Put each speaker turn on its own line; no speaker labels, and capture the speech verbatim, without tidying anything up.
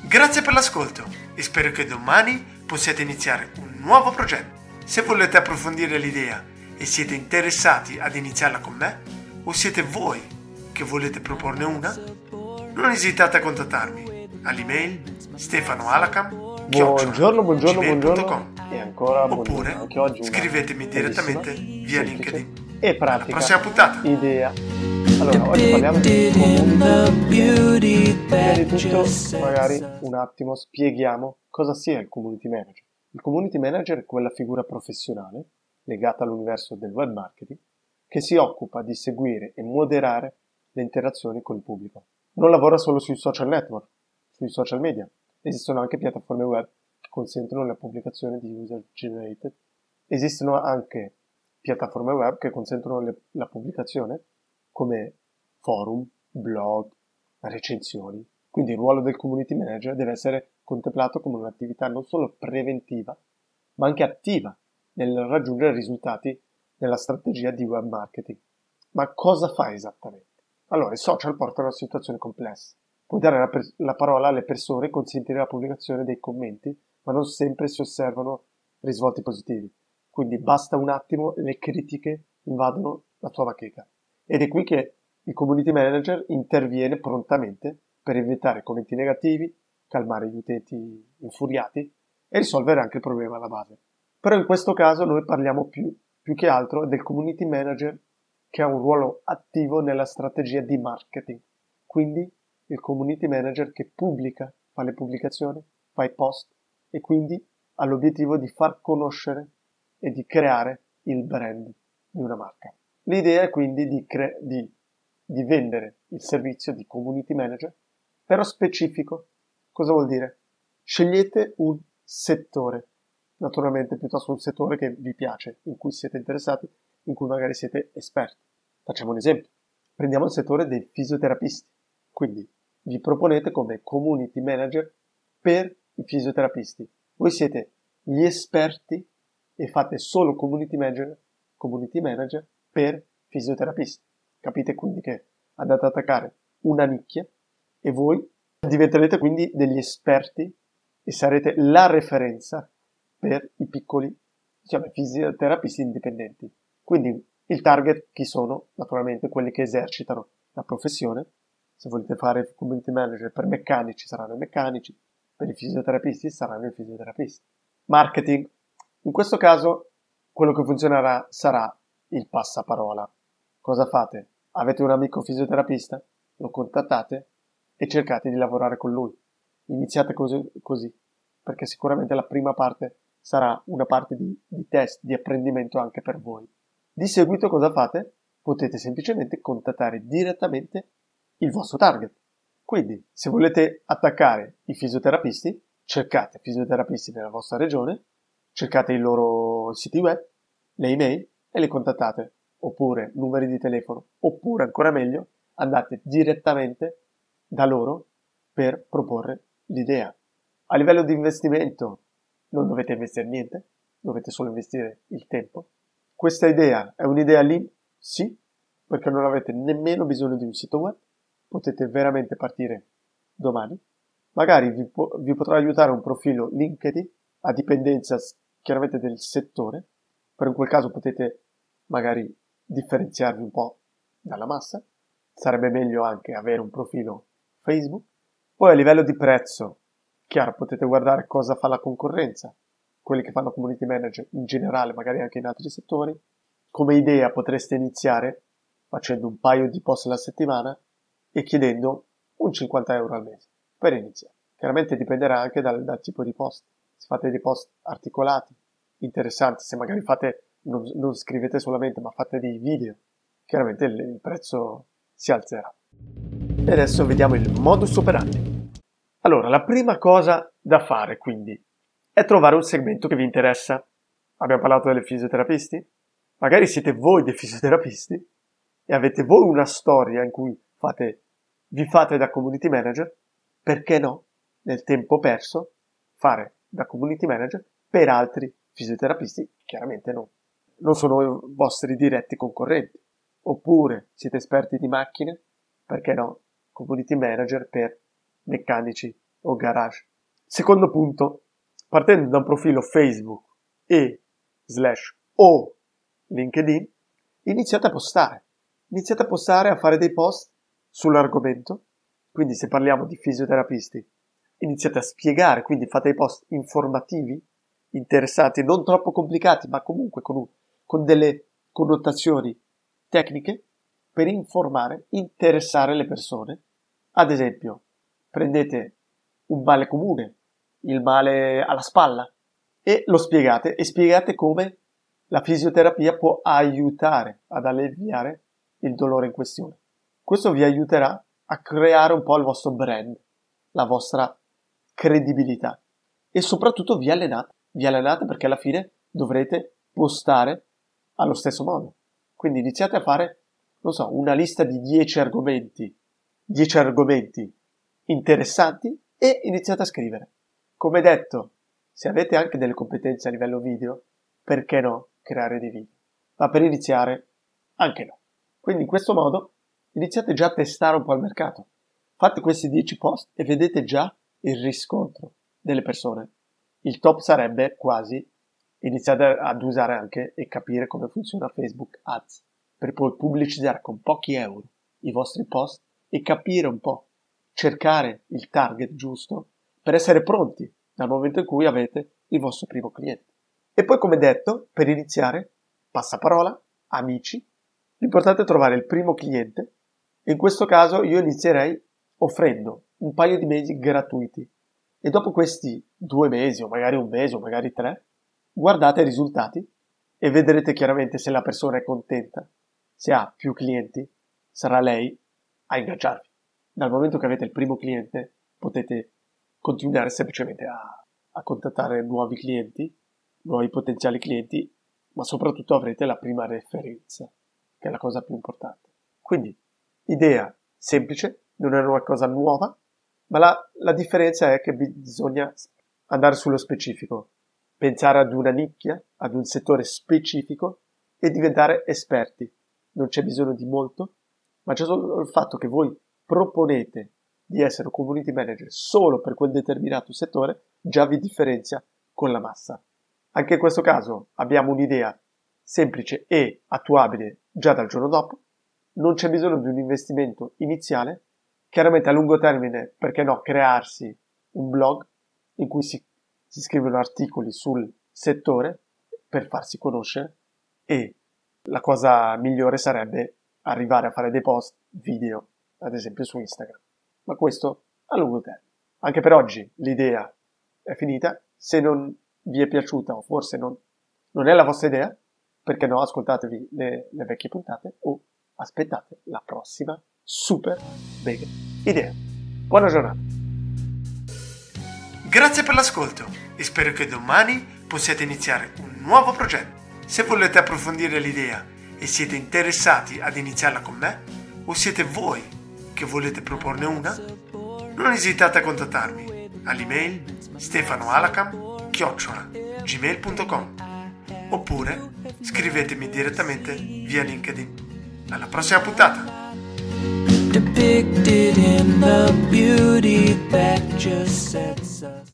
Grazie per l'ascolto e spero che domani possiate iniziare un nuovo progetto. Se volete approfondire l'idea e siete interessati ad iniziarla con me, o siete voi che volete proporne una, non esitate a contattarmi all'email stefanoalacam
Buongiorno, buongiorno,
gmail punto
buongiorno
com
e ancora
oppure
buongiorno. Anche oggi una
scrivetemi direttamente via
semplice
LinkedIn.
e
Alla
pratica
prossima puntata!
idea. Allora, oggi parliamo di community. Prima di tutto, magari un attimo spieghiamo cosa sia il community manager. Il community manager è quella figura professionale legata all'universo del web marketing che si occupa di seguire e moderare le interazioni con il pubblico. Non lavora solo sui social network, sui social media. Esistono anche piattaforme web che consentono la pubblicazione di user generated. Esistono anche piattaforme web che consentono le, la pubblicazione come forum, blog, recensioni. Quindi il ruolo del community manager deve essere contemplato come un'attività non solo preventiva, ma anche attiva nel raggiungere risultati nella strategia di web marketing. Ma cosa fa esattamente? Allora, i social portano a situazioni complesse. Puoi dare la, per- la parola alle persone e consentire la pubblicazione dei commenti, ma non sempre si osservano risvolti positivi. Quindi basta un attimo, le critiche invadono la tua bacheca. Ed è qui che il community manager interviene prontamente per evitare commenti negativi, calmare gli utenti infuriati e risolvere anche il problema alla base. Però in questo caso noi parliamo più, più che altro del community manager che ha un ruolo attivo nella strategia di marketing. Quindi il community manager che pubblica, fa le pubblicazioni, fa i post e quindi ha l'obiettivo di far conoscere e di creare il brand di una marca. L'idea è quindi di, cre- di, di vendere il servizio di community manager, però specifico. Cosa vuol dire? Scegliete un settore, naturalmente piuttosto un settore che vi piace, in cui siete interessati, in cui magari siete esperti. Facciamo un esempio. Prendiamo il settore dei fisioterapisti. Quindi vi proponete come community manager per i fisioterapisti. Voi siete gli esperti e fate solo community manager, community manager per fisioterapisti. Capite quindi che andate ad attaccare una nicchia e voi diventerete quindi degli esperti e sarete la referenza per i piccoli, diciamo, fisioterapisti indipendenti. Quindi il target chi sono? Naturalmente quelli che esercitano la professione. Se volete fare community manager per meccanici saranno i meccanici, per i fisioterapisti saranno i fisioterapisti. Marketing. In questo caso quello che funzionerà sarà il passaparola. Cosa fate? Avete un amico fisioterapista? Lo contattate e cercate di lavorare con lui. Iniziate così, così perché sicuramente la prima parte sarà una parte di, di test, di apprendimento anche per voi. Di seguito cosa fate? Potete semplicemente contattare direttamente il vostro target. Quindi, se volete attaccare i fisioterapisti, cercate fisioterapisti nella vostra regione, cercate i loro siti web, le email e li contattate, oppure numeri di telefono, oppure ancora meglio, andate direttamente da loro per proporre l'idea. A livello di investimento non dovete investire niente, dovete solo investire il tempo. Questa idea è un'idea lì? Sì, perché non avete nemmeno bisogno di un sito web, potete veramente partire domani. Magari vi, po- vi potrà aiutare un profilo LinkedIn a dipendenza chiaramente del settore, però in quel caso potete magari differenziarvi un po' dalla massa. Sarebbe meglio anche avere un profilo Facebook. Poi a livello di prezzo, chiaro, potete guardare cosa fa la concorrenza, quelli che fanno community manager in generale, magari anche in altri settori. Come idea potreste iniziare facendo un paio di post alla settimana e chiedendo un cinquanta euro al mese per iniziare. Chiaramente dipenderà anche dal, dal tipo di post. Se fate dei post articolati, interessanti, se magari fate, non, non scrivete solamente, ma fate dei video, chiaramente il, il prezzo si alzerà. E adesso vediamo il modus operandi. Allora, la prima cosa da fare, quindi, è trovare un segmento che vi interessa. Abbiamo parlato delle fisioterapisti? Magari siete voi dei fisioterapisti e avete voi una storia in cui fate, vi fate da community manager. Perché no, nel tempo perso, fare da community manager per altri fisioterapisti? Chiaramente no. Non sono i vostri diretti concorrenti. Oppure siete esperti di macchine? Perché no? Community manager per meccanici o garage. Secondo punto, partendo da un profilo Facebook e slash o LinkedIn, iniziate a postare. Iniziate a postare, a fare dei post sull'argomento. Quindi se parliamo di fisioterapisti, iniziate a spiegare, quindi fate dei post informativi, interessanti, non troppo complicati, ma comunque con, un, con delle connotazioni tecniche per informare, interessare le persone. Ad esempio, prendete un male comune, il male alla spalla, e lo spiegate e spiegate come la fisioterapia può aiutare ad alleviare il dolore in questione. Questo vi aiuterà a creare un po' il vostro brand, la vostra credibilità, e soprattutto vi allenate, vi allenate perché alla fine dovrete postare allo stesso modo. Quindi iniziate a fare, non so, una lista di dieci argomenti, dieci argomenti interessanti e iniziate a scrivere. Come detto, se avete anche delle competenze a livello video, perché no creare dei video? Ma per iniziare, anche no. Quindi in questo modo iniziate già a testare un po' il mercato. Fate questi dieci post e vedete già il riscontro delle persone. Il top sarebbe quasi iniziate ad usare anche e capire come funziona Facebook Ads, per poi pubblicizzare con pochi euro i vostri post e capire un po', cercare il target giusto per essere pronti dal momento in cui avete il vostro primo cliente. E poi, come detto, per iniziare, passaparola, amici, l'importante è trovare il primo cliente. In questo caso io inizierei offrendo un paio di mesi gratuiti e dopo questi due mesi o magari un mese o magari tre guardate i risultati e vedrete chiaramente se la persona è contenta, se ha più clienti sarà lei a ingaggiarvi. Dal momento che avete il primo cliente potete continuare semplicemente a, a contattare nuovi clienti, nuovi potenziali clienti, ma soprattutto avrete la prima referenza, che è la cosa più importante. Quindi, idea semplice, non è una cosa nuova, ma la, la differenza è che bisogna andare sullo specifico, pensare ad una nicchia, ad un settore specifico e diventare esperti. Non c'è bisogno di molto, ma c'è solo il fatto che voi proponete di essere un community manager solo per quel determinato settore, già vi differenzia con la massa. Anche in questo caso abbiamo un'idea semplice e attuabile già dal giorno dopo, non c'è bisogno di un investimento iniziale, chiaramente a lungo termine, perché no, crearsi un blog in cui si, si scrivono articoli sul settore per farsi conoscere, e la cosa migliore sarebbe arrivare a fare dei post video, ad esempio su Instagram. Ma questo a lungo termine. Anche per oggi l'idea è finita. Se non vi è piaciuta o forse non, non è la vostra idea, perché no, ascoltatevi le, le vecchie puntate o aspettate la prossima super mega idea. Buona giornata.
Grazie per l'ascolto e spero che domani possiate iniziare un nuovo progetto. Se volete approfondire l'idea e siete interessati ad iniziarla con me, o siete voi che volete proporne una, non esitate a contattarmi all'email stefanoalacam chiocciola gmail punto com oppure scrivetemi direttamente via LinkedIn. Alla prossima puntata! Depicted in the beauty that just sets